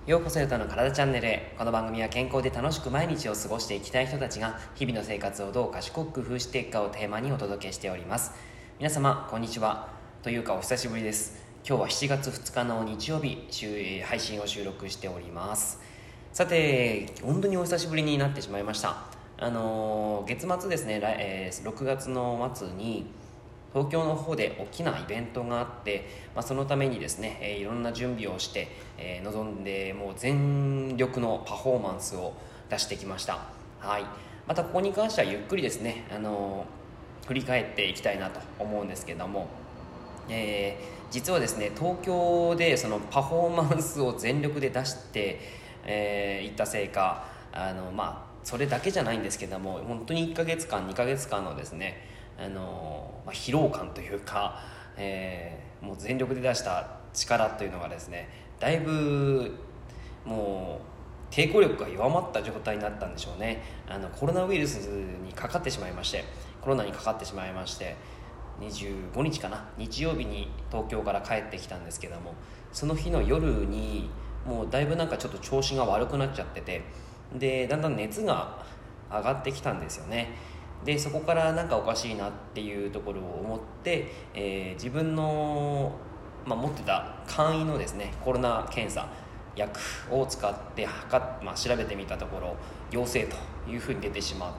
ようこそヨタの体チャンネルへ。この番組は健康で楽しく毎日を過ごしていきたい人たちが日々の生活をどう賢く工夫していくかをテーマにお届けしております。皆様こんにちは、というかお久しぶりです。今日は7月2日の日曜日配信を収録しております。さて、本当にお久しぶりになってしまいました。月末ですね、6月の末に東京の方で大きなイベントがあって、そのためにですね、いろんな準備をして、臨んでもう全力のパフォーマンスを出してきました。はい、またここに関してはゆっくりですね、振り返っていきたいなと思うんですけども、実はですね、東京でそのパフォーマンスを全力で出して、いったせいかそれだけじゃないんですけども、本当に1ヶ月間2ヶ月間のですね疲労感というか、もう全力で出した力というのがですね、だいぶもう抵抗力が弱まった状態になったんでしょうね。コロナウイルスにかかってしまいまして25日かな、日曜日に東京から帰ってきたんですけども、その日の夜にもうだいぶちょっと調子が悪くなっちゃってて、でだんだん熱が上がってきたんですよね。でそこからおかしいなっていうところを思って、自分の、持ってた簡易のですねコロナ検査薬を使って調べてみたところ陽性というふうに出てしまって、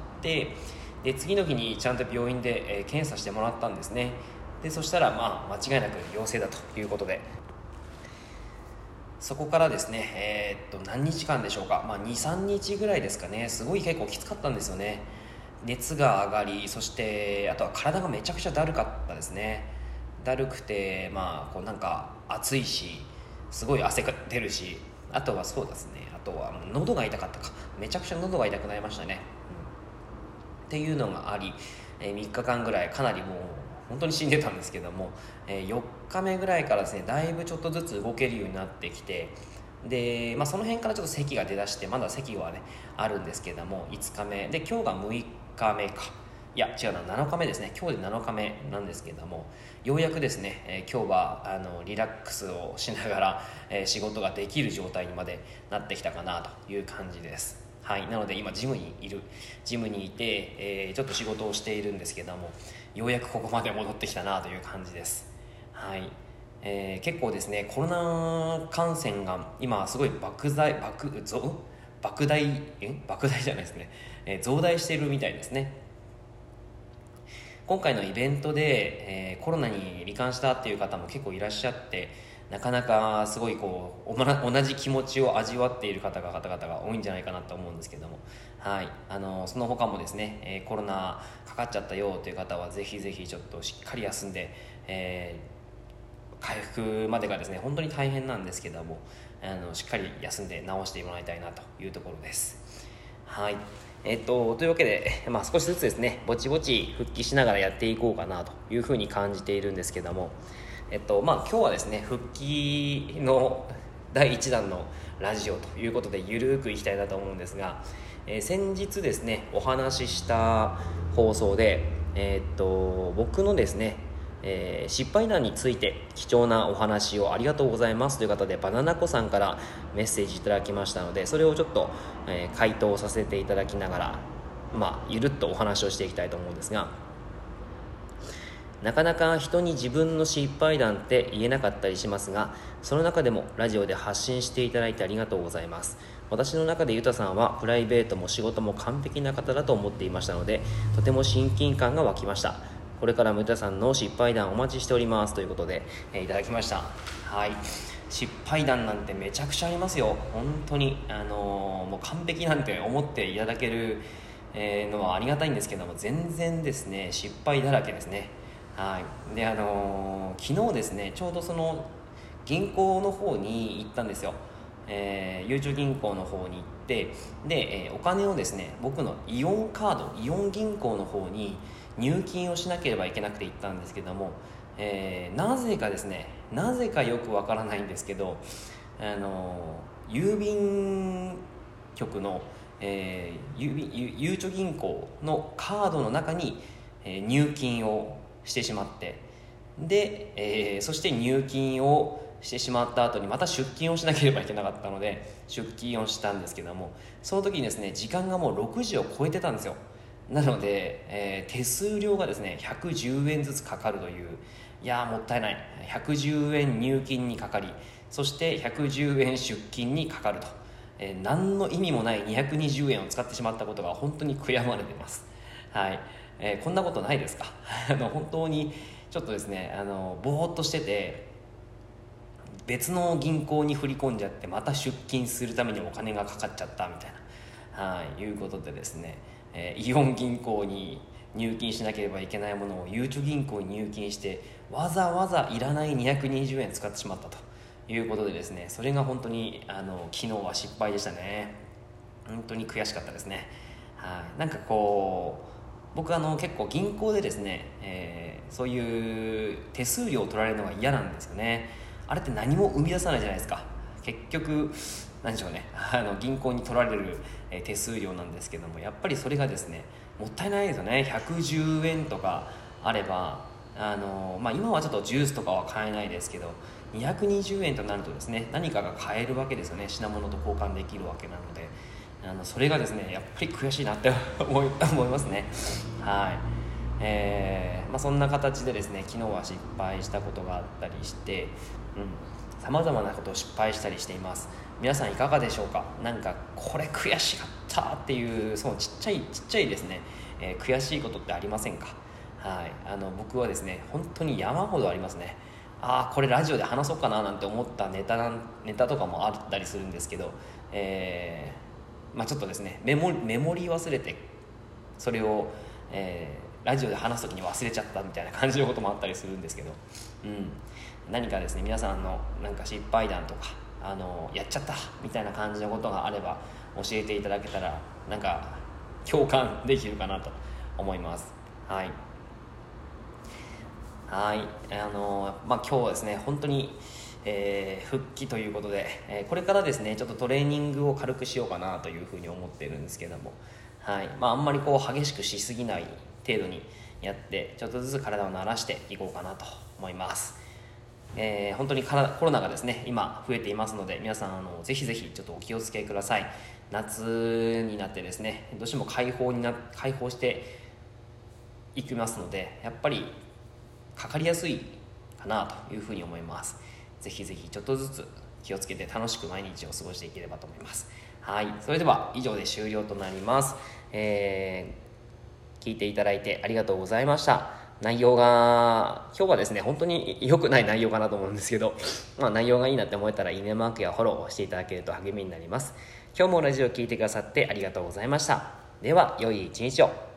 で次の日にちゃんと病院で、検査してもらったんですね。でそしたら間違いなく陽性だということで、そこからですね、何日間でしょうか、2、3日ぐらいですかね、すごい結構きつかったんですよね。熱が上がり、そしてあとは体がめちゃくちゃだるかったですね。だるくて暑いし、すごい汗が出るし、あとは喉が痛かったか、めちゃくちゃ喉が痛くなりましたね、っていうのがあり、3日間ぐらいかなりもう本当に死んでたんですけども、4日目ぐらいからですね、だいぶちょっとずつ動けるようになってきて、で、その辺からちょっと咳が出だして、まだ咳はねあるんですけども、5日目で今日が6日目か、いや違うな、7日目ですね。今日で7日目なんですけども、ようやくですね、今日はリラックスをしながら、仕事ができる状態にまでなってきたかなという感じです。はい、なので今ジムにいて、ちょっと仕事をしているんですけども、ようやくここまで戻ってきたなという感じです。はい、結構ですね、コロナ感染が今すごい莫大じゃないですね、増大しているみたいですね。今回のイベントで、コロナに罹患したっていう方も結構いらっしゃって、なかなかすごい同じ気持ちを味わっている方々が多いんじゃないかなと思うんですけども、はい、その他もですね、コロナかかっちゃったよという方はぜひぜひちょっとしっかり休んで、回復までがですね本当に大変なんですけども、しっかり休んで治してもらいたいなというところです。はい、というわけで、少しずつですねぼちぼち復帰しながらやっていこうかなというふうに感じているんですけども、今日はですね復帰の第1弾のラジオということでゆるくいきたいなと思うんですが、先日ですねお話しした放送で、僕のですね失敗談について貴重なお話をありがとうございますという方でバナナコさんからメッセージいただきましたので、それをちょっと、回答させていただきながら、ゆるっとお話をしていきたいと思うんですが、なかなか人に自分の失敗談って言えなかったりしますが、その中でもラジオで発信していただいてありがとうございます。私の中でゆたさんはプライベートも仕事も完璧な方だと思っていましたので、とても親近感が湧きました。これからもゆたさんの失敗談お待ちしておりますということで、いただきました。はい、失敗談なんてめちゃくちゃありますよ、本当に。もう完璧なんて思っていただける、のはありがたいんですけども、全然ですね失敗だらけですね。はい、で昨日ですね、ちょうどその銀行の方に行ったんですよ。ゆうちょ銀行の方に行って、で、お金をですね僕のイオン銀行の方に入金をしなければいけなくて行ったんですけども、なぜかよくわからないんですけど、郵便局の、ゆうちょ銀行のカードの中に、入金をしてしまって、で、そして入金を、 してしまった後にまた出勤をしなければいけなかったので出勤をしたんですけども、その時にですね時間がもう6時を超えてたんですよ。なので、手数料がですね110円ずつかかるという、いやもったいない。110円入金にかかり、そして110円出勤にかかると、何の意味もない220円を使ってしまったことが本当に悔やまれています。はい。こんなことないですか？本当にちょっとですねぼーっとしてて別の銀行に振り込んじゃってまた出勤するためにお金がかかっちゃったみたいな、いうことでですね、イオン銀行に入金しなければいけないものをゆうちょ銀行に入金してわざわざいらない220円使ってしまったということでですね、それが本当に昨日は失敗でしたね。本当に悔しかったですね。なんかこう僕結構銀行でですね、そういう手数料を取られるのが嫌なんですよね。あれって何も生み出さないじゃないですか。結局何でしょうね銀行に取られる手数料なんですけども、やっぱりそれがですねもったいないですよね。110円とかあれば今はちょっとジュースとかは買えないですけど220円となるとですね何かが買えるわけですよね。品物と交換できるわけなのでそれがですねやっぱり悔しいなって思いますね。そんな形でですね昨日は失敗したことがあったりしてさまざまなことを失敗したりしています。皆さんいかがでしょうか？なんかこれ悔しかったっていうそのちっちゃいですね、悔しいことってありませんか？僕はですね本当に山ほどありますね。これラジオで話そうかななんて思ったネタとかもあったりするんですけど、ちょっとですねメモり忘れてそれを、ラジオで話す時に忘れちゃったみたいな感じのこともあったりするんですけど、何かですね皆さんのなんか失敗談とかやっちゃったみたいな感じのことがあれば教えていただけたらなんか共感できるかなと思います。今日はですね本当に、復帰ということで、これからですねちょっとトレーニングを軽くしようかなというふうに思っているんですけども、あんまりこう激しくしすぎない程度にやってちょっとずつ体を慣らしていこうかなと思います。本当にコロナがですね今増えていますので皆さんぜひぜひちょっとお気をつけください。夏になってですねどうしても開放していきますのでやっぱりかかりやすいかなというふうに思います。ぜひぜひちょっとずつ気をつけて楽しく毎日を過ごしていければと思います。それでは以上で終了となります。聞いていただいてありがとうございました。内容が今日はですね本当に良くない内容かなと思うんですけど、内容がいいなって思えたらいいねマークやフォローをしていただけると励みになります。今日もラジオを聞いてくださってありがとうございました。では良い一日を。